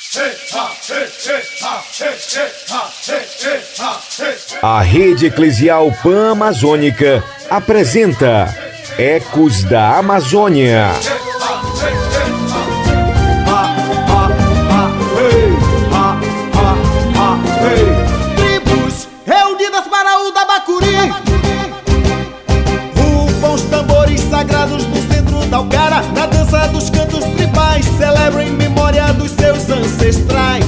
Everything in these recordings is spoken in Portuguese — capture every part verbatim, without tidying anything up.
A Rede Eclesial Pan-Amazônica apresenta Ecos da Amazônia. Tribos reunidas para o Dabacuri, rufam os tambores sagrados no centro da Alcara. Na dança dos cantos tribais, celebram em memória dos seus ancestrais.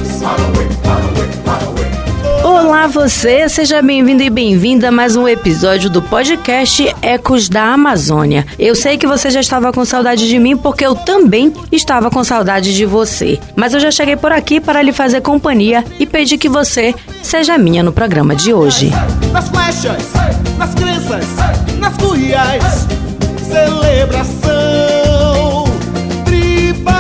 Olá você, seja bem-vindo e bem-vinda a mais um episódio do podcast Ecos da Amazônia. Eu sei que você já estava com saudade de mim porque eu também estava com saudade de você. Mas eu já cheguei por aqui para lhe fazer companhia e pedir que você seja minha no programa de hoje. Nas flechas, nas crenças, nas curriais, celebração tribal.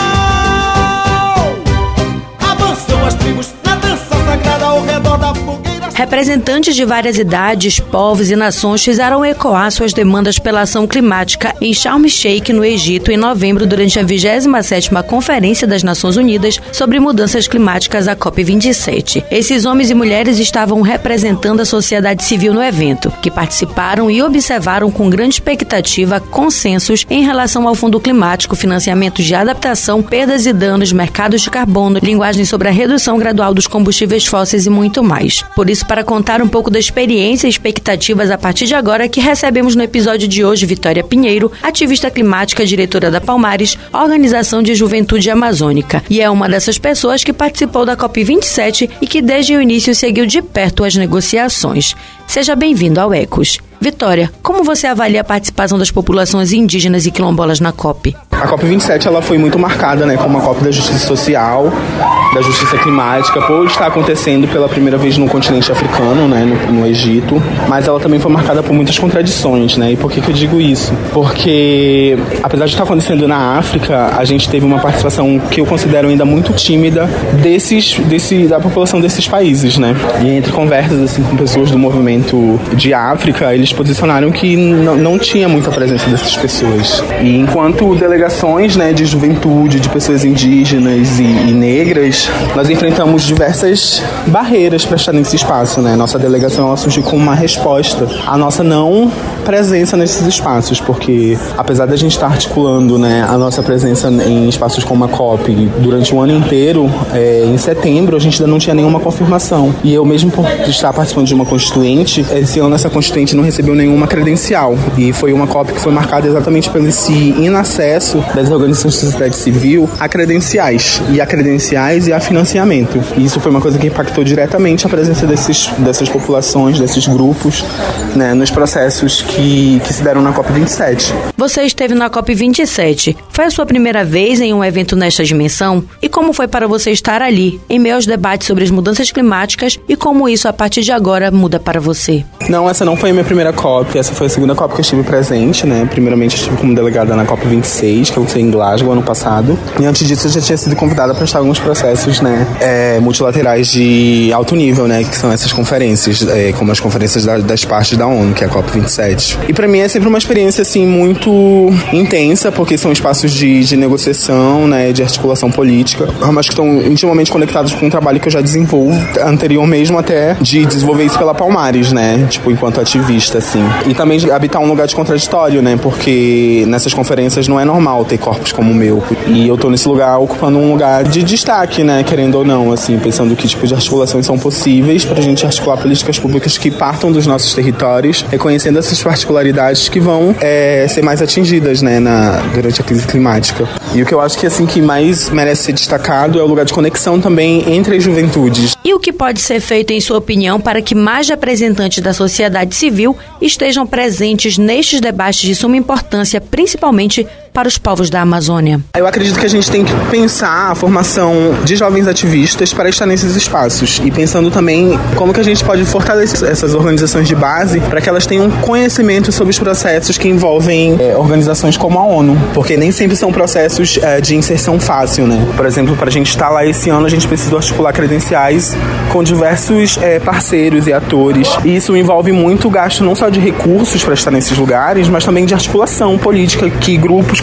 Avançam as tribos na dança sagrada ao redor da fogueira. Representantes de várias idades, povos e nações fizeram ecoar suas demandas pela ação climática em Sharm el-Sheikh, no Egito, em novembro, durante a vigésima sétima Conferência das Nações Unidas sobre Mudanças Climáticas, a COP vinte e sete. Esses homens e mulheres estavam representando a sociedade civil no evento, que participaram e observaram com grande expectativa consensos em relação ao fundo climático, financiamento de adaptação, perdas e danos, mercados de carbono, linguagem sobre a redução gradual dos combustíveis fósseis e muito mais. Por isso, para contar um pouco da experiência e expectativas a partir de agora, que recebemos no episódio de hoje Vitória Pinheiro, ativista climática, diretora da Palmares, Organização de Juventude Amazônica, e é uma dessas pessoas que participou da COP vinte e sete e que desde o início seguiu de perto as negociações. Seja bem-vindo ao Ecos. Vitória, como você avalia a participação das populações indígenas e quilombolas na COP? A COP vinte e sete ela foi muito marcada, né, como a COP da justiça social, da justiça climática, por estar acontecendo pela primeira vez no continente africano, né, no, no Egito, mas ela também foi marcada por muitas contradições, né, e por que que eu digo isso? Porque, apesar de estar acontecendo na África, a gente teve uma participação que eu considero ainda muito tímida desses, desse, da população desses países, né, e entre conversas, assim, com pessoas do movimento de África, eles posicionaram que não, não tinha muita presença dessas pessoas. E enquanto delegações, né, de juventude, de pessoas indígenas e, e negras, nós enfrentamos diversas barreiras para estar nesse espaço, né? Nossa delegação ela surgiu como uma resposta à nossa não presença nesses espaços, porque apesar da gente estar articulando, né, a nossa presença em espaços como a COP durante o ano inteiro, é, em setembro a gente ainda não tinha nenhuma confirmação. E eu mesmo, por estar participando de uma constituinte, esse ano essa constituinte não recebeu nenhuma credencial, e foi uma COP que foi marcada exatamente pelo esse inacesso das organizações de sociedade civil a credenciais, e a credenciais e a financiamento. E isso foi uma coisa que impactou diretamente a presença desses, dessas populações, desses grupos, né, nos processos que, que se deram na COP vinte e sete. Você esteve na COP vinte e sete. Foi a sua primeira vez em um evento nesta dimensão? E como foi para você estar ali, em meio aos debates sobre as mudanças climáticas, e como isso, a partir de agora, muda para você? Não, essa não foi a minha primeira COP, essa foi a segunda COP que eu estive presente, né? Primeiramente eu estive como delegada na COP vinte e seis, que eu fui em Glasgow ano passado. E antes disso eu já tinha sido convidada para estar em alguns processos, né, é, multilaterais de alto nível, né, que são essas conferências, é, como as conferências da, das partes da ONU, que é a COP vinte e sete. E para mim é sempre uma experiência, assim, muito intensa, porque são espaços de, de negociação, né, de articulação política, mas que estão intimamente conectados com um trabalho que eu já desenvolvo, anterior mesmo até de desenvolver isso pela Palmares, né, tipo, enquanto ativista, assim. E também de habitar um lugar de contraditório, né, porque nessas conferências não é normal ter corpos como o meu. E eu tô nesse lugar ocupando um lugar de destaque, né, querendo ou não, assim, pensando que tipo de articulações são possíveis pra gente articular políticas públicas que partam dos nossos territórios, reconhecendo essas particularidades que vão é, ser mais atingidas, né, na, durante a crise climática. E o que eu acho que, assim, que mais merece ser destacado é o lugar de conexão também entre as juventudes. E o que pode ser feito, em sua opinião, para que mais representantes da sociedade civil estejam presentes nestes debates de suma importância, principalmente para os povos da Amazônia? Eu acredito que a gente tem que pensar a formação de jovens ativistas para estar nesses espaços, e pensando também como que a gente pode fortalecer essas organizações de base para que elas tenham conhecimento sobre os processos que envolvem é, organizações como a ONU, porque nem sempre são processos é, de inserção fácil, né? Por exemplo, para a gente estar lá esse ano, a gente precisa articular credenciais com diversos é, parceiros e atores, e isso envolve muito gasto não só de recursos para estar nesses lugares, mas também de articulação política que grupos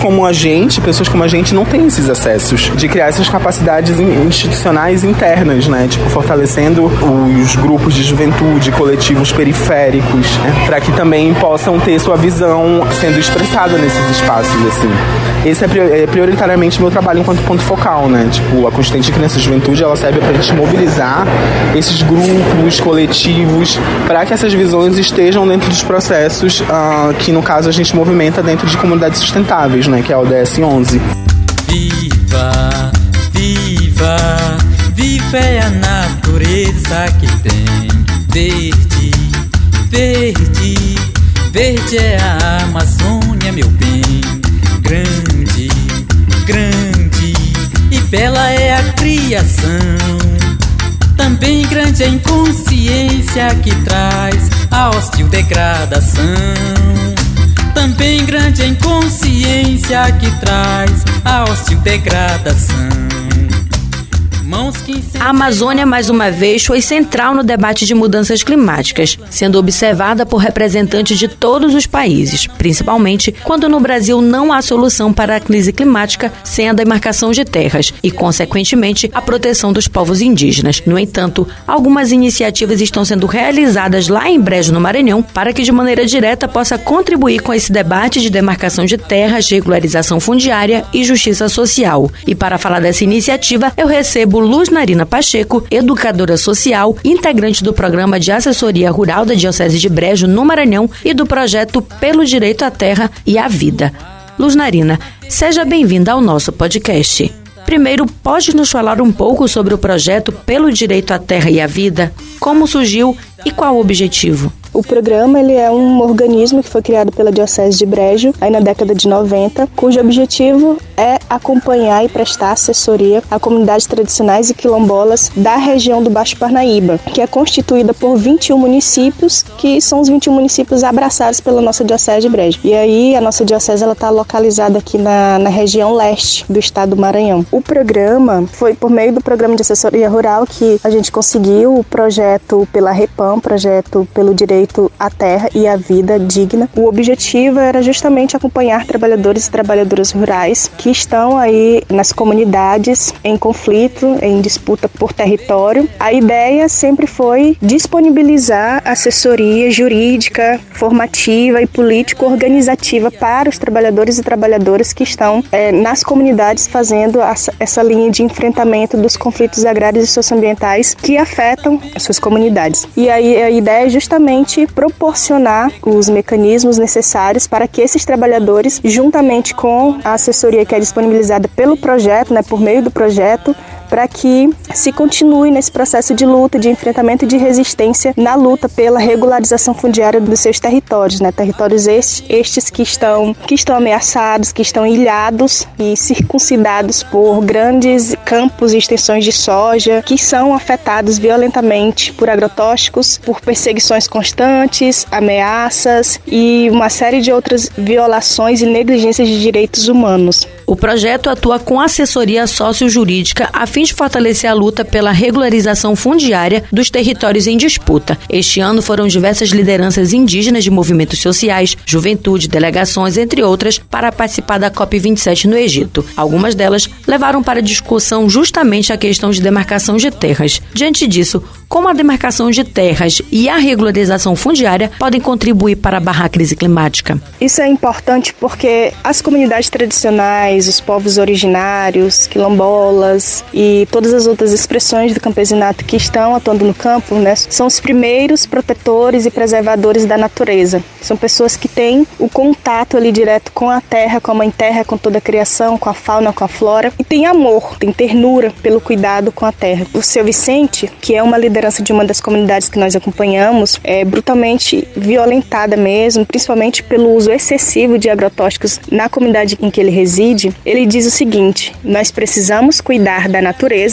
como a gente, pessoas como a gente não têm esses acessos, de criar essas capacidades institucionais internas, né? Tipo, fortalecendo os grupos de juventude, coletivos periféricos, né? Para que também possam ter sua visão sendo expressada nesses espaços, assim. Esse é prioritariamente meu trabalho enquanto ponto focal, né? Tipo, a Constituinte de Criança e Juventude, ela serve pra gente mobilizar esses grupos, coletivos, para que essas visões estejam dentro dos processos uh, que, no caso, a gente movimenta dentro de comunidades sustentáveis, né? Que é a O D S onze. Viva, viva, viva é a natureza que tem verde, verde, verde é a Amazônia, meu bem. Grande, grande e bela é a criação. Também grande é a inconsciência que traz a hostil degradação. Também grande é a inconsciência que traz a hostil degradação. A Amazônia, mais uma vez, foi central no debate de mudanças climáticas, sendo observada por representantes de todos os países, principalmente quando no Brasil não há solução para a crise climática sem a demarcação de terras e, consequentemente, a proteção dos povos indígenas. No entanto, algumas iniciativas estão sendo realizadas lá em Brejo, no Maranhão, para que de maneira direta possa contribuir com esse debate de demarcação de terras, regularização fundiária e justiça social. E para falar dessa iniciativa, eu recebo Luz Narina Pacheco, educadora social, integrante do Programa de Assessoria Rural da Diocese de Brejo, no Maranhão, e do projeto Pelo Direito à Terra e à Vida. Luz Narina, seja bem-vinda ao nosso podcast. Primeiro, pode nos falar um pouco sobre o projeto Pelo Direito à Terra e à Vida? Como surgiu e qual o objetivo? O programa ele é um organismo que foi criado pela Diocese de Brejo, aí na década de noventa, cujo objetivo é acompanhar e prestar assessoria a comunidades tradicionais e quilombolas da região do Baixo Parnaíba, que é constituída por vinte e um municípios, que são os vinte e um municípios abraçados pela nossa Diocese de Brejo. E aí a nossa Diocese está localizada aqui na, na região leste do estado do Maranhão. O programa foi por meio do Programa de Assessoria Rural que a gente conseguiu o projeto pela REPAM, projeto pelo Direito à Terra e à Vida Digna. O objetivo era justamente acompanhar trabalhadores e trabalhadoras rurais que estão aí nas comunidades em conflito, em disputa por território. A ideia sempre foi disponibilizar assessoria jurídica, formativa e político-organizativa para os trabalhadores e trabalhadoras que estão é, nas comunidades fazendo essa, essa linha de enfrentamento dos conflitos agrários e socioambientais que afetam as suas comunidades. E aí a ideia é justamente proporcionar os mecanismos necessários para que esses trabalhadores, juntamente com a assessoria que é disponibilizada pelo projeto, né, por meio do projeto, para que se continue nesse processo de luta, de enfrentamento e de resistência na luta pela regularização fundiária dos seus territórios, né? Territórios estes, estes que estão, que estão ameaçados, que estão ilhados e circuncidados por grandes campos e extensões de soja, que são afetados violentamente por agrotóxicos, por perseguições constantes, ameaças e uma série de outras violações e negligências de direitos humanos. O projeto atua com assessoria sociojurídica a fim de fortalecer a luta pela regularização fundiária dos territórios em disputa. Este ano foram diversas lideranças indígenas de movimentos sociais, juventude, delegações, entre outras, para participar da COP vinte e sete no Egito. Algumas delas levaram para discussão justamente a questão de demarcação de terras. Diante disso, como a demarcação de terras e a regularização fundiária podem contribuir para barrar a crise climática? Isso é importante porque as comunidades tradicionais, os povos originários, quilombolas e todas as outras expressões do campesinato que estão atuando no campo, né, são os primeiros protetores e preservadores da natureza. São pessoas que têm o contato ali direto com a terra, com a mãe terra, com toda a criação, com a fauna, com a flora, e tem amor, tem ternura pelo cuidado com a terra. O seu Vicente, que é uma liderança de uma das comunidades que nós acompanhamos, é brutalmente violentada mesmo, principalmente pelo uso excessivo de agrotóxicos na comunidade em que ele reside. Ele diz o seguinte: nós precisamos cuidar da natureza para que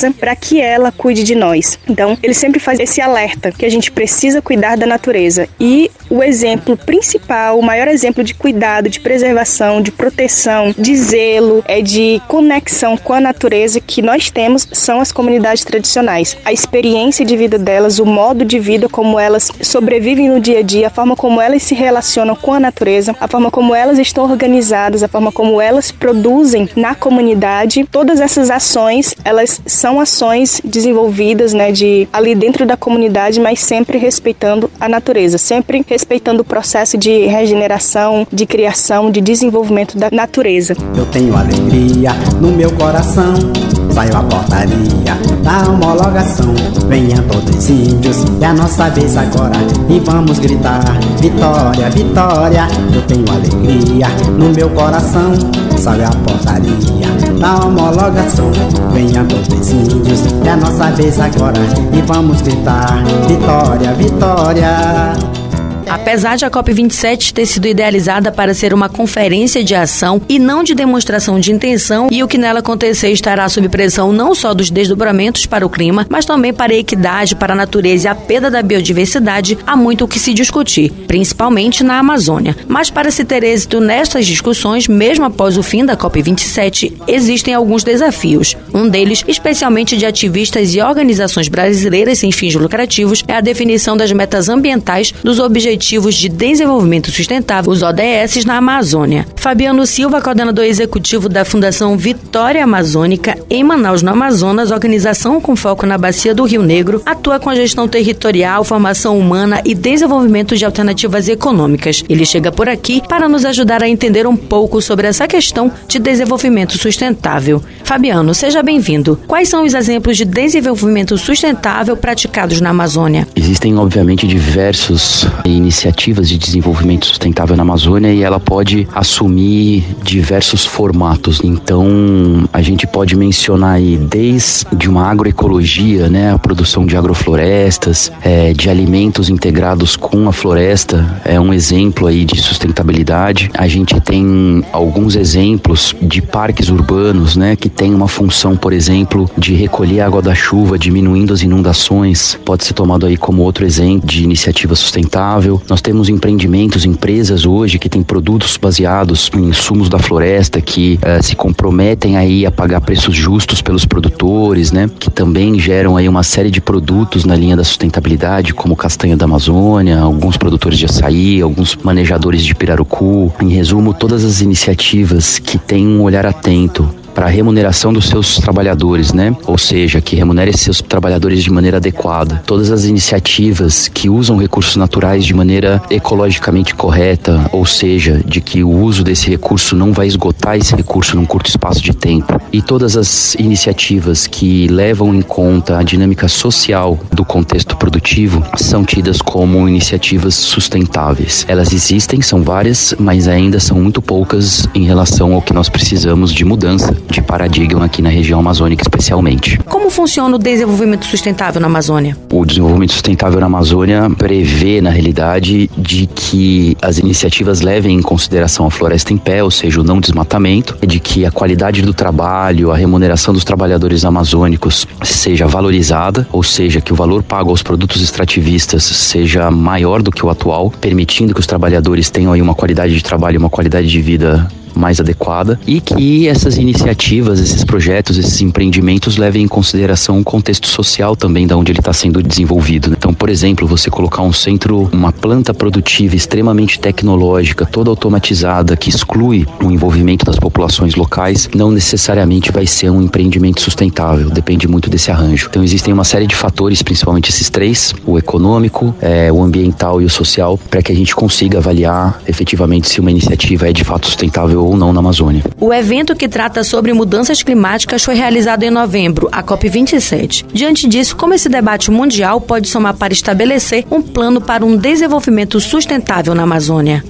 que ela cuide de nós. Então, ele sempre faz esse alerta que a gente precisa cuidar da natureza. E o exemplo principal, o maior exemplo de cuidado, de preservação, de proteção, de zelo, é de conexão com a natureza que nós temos são as comunidades tradicionais. A experiência de vida delas, o modo de vida como elas sobrevivem no dia a dia, a forma como elas se relacionam com a natureza, a forma como elas estão organizadas, a forma como elas produzem na comunidade. Todas essas ações, elas são ações desenvolvidas, né, de ali dentro da comunidade, mas sempre respeitando a natureza, sempre respeitando o processo de regeneração, de criação, de desenvolvimento da natureza. Eu tenho alegria no meu coração, saiu a portaria da homologação. Venham todos índios, é a nossa vez agora e vamos gritar: vitória, vitória. Eu tenho alegria no meu coração, saiu a portaria da homologação. Venham todos índios, é a nossa vez agora e vamos gritar: vitória, vitória. Apesar de a COP vinte e sete ter sido idealizada para ser uma conferência de ação e não de demonstração de intenção, e o que nela acontecer estará sob pressão não só dos desdobramentos para o clima, mas também para a equidade, para a natureza e a perda da biodiversidade, há muito o que se discutir, principalmente na Amazônia. Mas para se ter êxito nestas discussões, mesmo após o fim da COP vinte e sete, existem alguns desafios. Um deles, especialmente de ativistas e organizações brasileiras sem fins lucrativos, é a definição das metas ambientais dos objetivos de Desenvolvimento Sustentável, os O D S, na Amazônia. Fabiano Silva, coordenador executivo da Fundação Vitória Amazônica, em Manaus, no Amazonas, organização com foco na Bacia do Rio Negro, atua com a gestão territorial, formação humana e desenvolvimento de alternativas econômicas. Ele chega por aqui para nos ajudar a entender um pouco sobre essa questão de desenvolvimento sustentável. Fabiano, seja bem-vindo. Quais são os exemplos de desenvolvimento sustentável praticados na Amazônia? Existem, obviamente, diversos iniciativas de desenvolvimento sustentável na Amazônia e ela pode assumir diversos formatos. Então, a gente pode mencionar aí desde uma agroecologia, né, a produção de agroflorestas, é, de alimentos integrados com a floresta, é um exemplo aí de sustentabilidade. A gente tem alguns exemplos de parques urbanos, né, que tem uma função, por exemplo, de recolher a água da chuva, diminuindo as inundações. Pode ser tomado aí como outro exemplo de iniciativa sustentável. Nós temos empreendimentos, empresas hoje que têm produtos baseados em insumos da floresta que uh, se comprometem aí a pagar preços justos pelos produtores, né? Que também geram aí uma série de produtos na linha da sustentabilidade, como castanha da Amazônia, alguns produtores de açaí, alguns manejadores de pirarucu. Em resumo, todas as iniciativas que têm um olhar atento para a remuneração dos seus trabalhadores, né? Ou seja, que remunere seus trabalhadores de maneira adequada. Todas as iniciativas que usam recursos naturais de maneira ecologicamente correta, ou seja, de que o uso desse recurso não vai esgotar esse recurso num curto espaço de tempo. E todas as iniciativas que levam em conta a dinâmica social do contexto produtivo são tidas como iniciativas sustentáveis. Elas existem, são várias, mas ainda são muito poucas em relação ao que nós precisamos de mudança de paradigma aqui na região amazônica especialmente. Como funciona o desenvolvimento sustentável na Amazônia? O desenvolvimento sustentável na Amazônia prevê, na realidade, de que as iniciativas levem em consideração a floresta em pé, ou seja, o não desmatamento, de que a qualidade do trabalho, a remuneração dos trabalhadores amazônicos seja valorizada, ou seja, que o valor pago aos produtos extrativistas seja maior do que o atual, permitindo que os trabalhadores tenham aí uma qualidade de trabalho e uma qualidade de vida mais adequada, e que essas iniciativas, esses projetos, esses empreendimentos levem em consideração o contexto social também da onde ele está sendo desenvolvido. Então, por exemplo, você colocar um centro, uma planta produtiva extremamente tecnológica, toda automatizada, que exclui o envolvimento das populações locais, não necessariamente vai ser um empreendimento sustentável, depende muito desse arranjo. Então existem uma série de fatores, principalmente esses três, o econômico, é, o ambiental e o social, para que a gente consiga avaliar efetivamente se uma iniciativa é de fato sustentável ou não na Amazônia. O evento que trata sobre mudanças climáticas foi realizado em novembro, a COP vinte e sete. Diante disso, como esse debate mundial pode somar para estabelecer um plano para um desenvolvimento sustentável na Amazônia?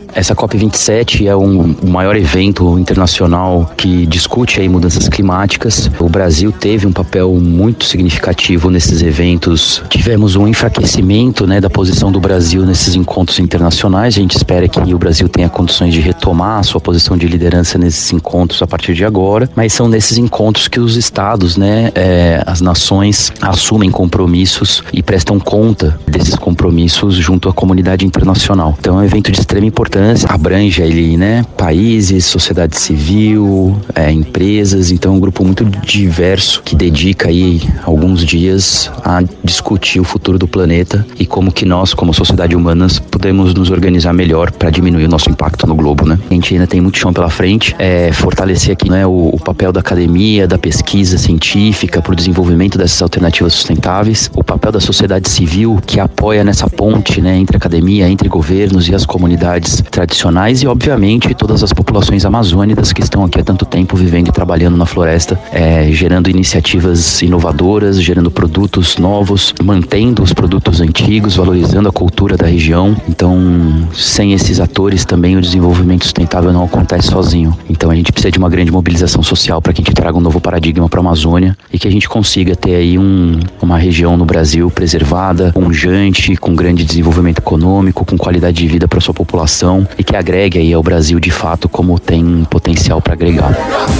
Essa COP vinte e sete é um, o maior evento internacional que discute aí mudanças climáticas. O Brasil teve um papel muito significativo nesses eventos. Tivemos um enfraquecimento, né, da posição do Brasil nesses encontros internacionais. A gente espera que o Brasil tenha condições de retomar a sua posição de liderança nesses encontros a partir de agora, mas são nesses encontros que os estados, né, é, as nações assumem compromissos e prestam conta desses compromissos junto à comunidade internacional. Então é um evento de extrema importância, abrange ali, né, países, sociedade civil, é, empresas, então é um grupo muito diverso que dedica aí alguns dias a discutir o futuro do planeta e como que nós, como sociedade humana, podemos nos organizar melhor para diminuir o nosso impacto no globo, né? A gente ainda tem muito chão pela frente, é, fortalecer aqui, né, o, o papel da academia, da pesquisa científica para o desenvolvimento dessas alternativas sustentáveis, o papel da sociedade civil que apoia nessa ponte, né, entre a academia, entre governos e as comunidades tradicionais e, obviamente, todas as populações amazônicas que estão aqui há tanto tempo vivendo e trabalhando na floresta, é, gerando iniciativas inovadoras, gerando produtos novos, mantendo os produtos antigos, valorizando a cultura da região. Então, sem esses atores também o desenvolvimento sustentável não acontece sozinho. Então a gente precisa de uma grande mobilização social para que a gente traga um novo paradigma para a Amazônia e que a gente consiga ter aí um, uma região no Brasil preservada, pujante, com grande desenvolvimento econômico, com qualidade de vida para sua população e que agregue aí ao Brasil de fato como tem potencial para agregar.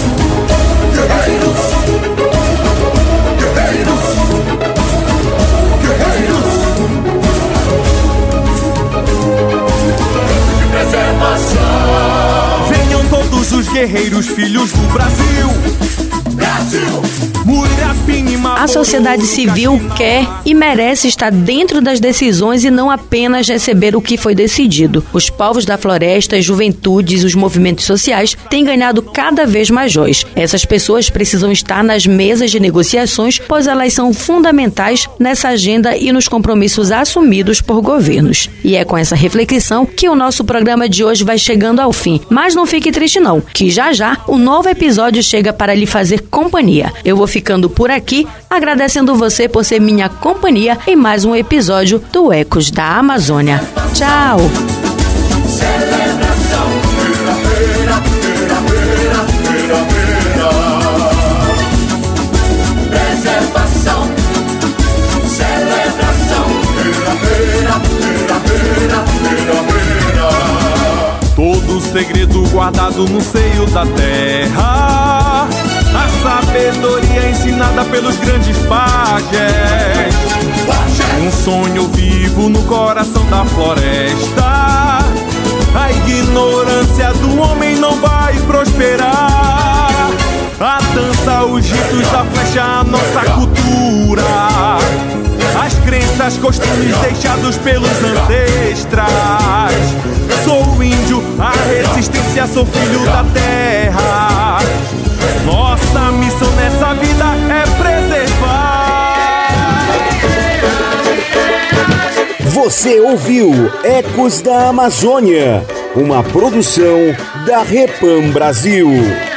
Os guerreiros, filhos do Brasil. Brasil! A sociedade civil quer e merece estar dentro das decisões e não apenas receber o que foi decidido. Os povos da floresta, as juventudes, os movimentos sociais têm ganhado cada vez mais voz. Essas pessoas precisam estar nas mesas de negociações, pois elas são fundamentais nessa agenda e nos compromissos assumidos por governos. E é com essa reflexão que o nosso programa de hoje vai chegando ao fim. Mas não fique triste não, que já já o novo episódio chega para lhe fazer companhia. Eu vou ficando por aqui, agradecendo você por ser minha companhia em mais um episódio do Ecos da Amazônia. Tchau! Todo segredo guardado no seio da terra, a sabedoria ensinada pelos grandes pajés, um sonho vivo no coração da floresta. A ignorância do homem não vai prosperar. A dança, os ritos, a flecha, a nossa cultura, as crenças, costumes deixados pelos ancestrais. Sou índio, a resistência, sou filho da terra. Nossa missão nessa vida é preservar. Você ouviu Ecos da Amazônia, uma produção da Repam Brasil.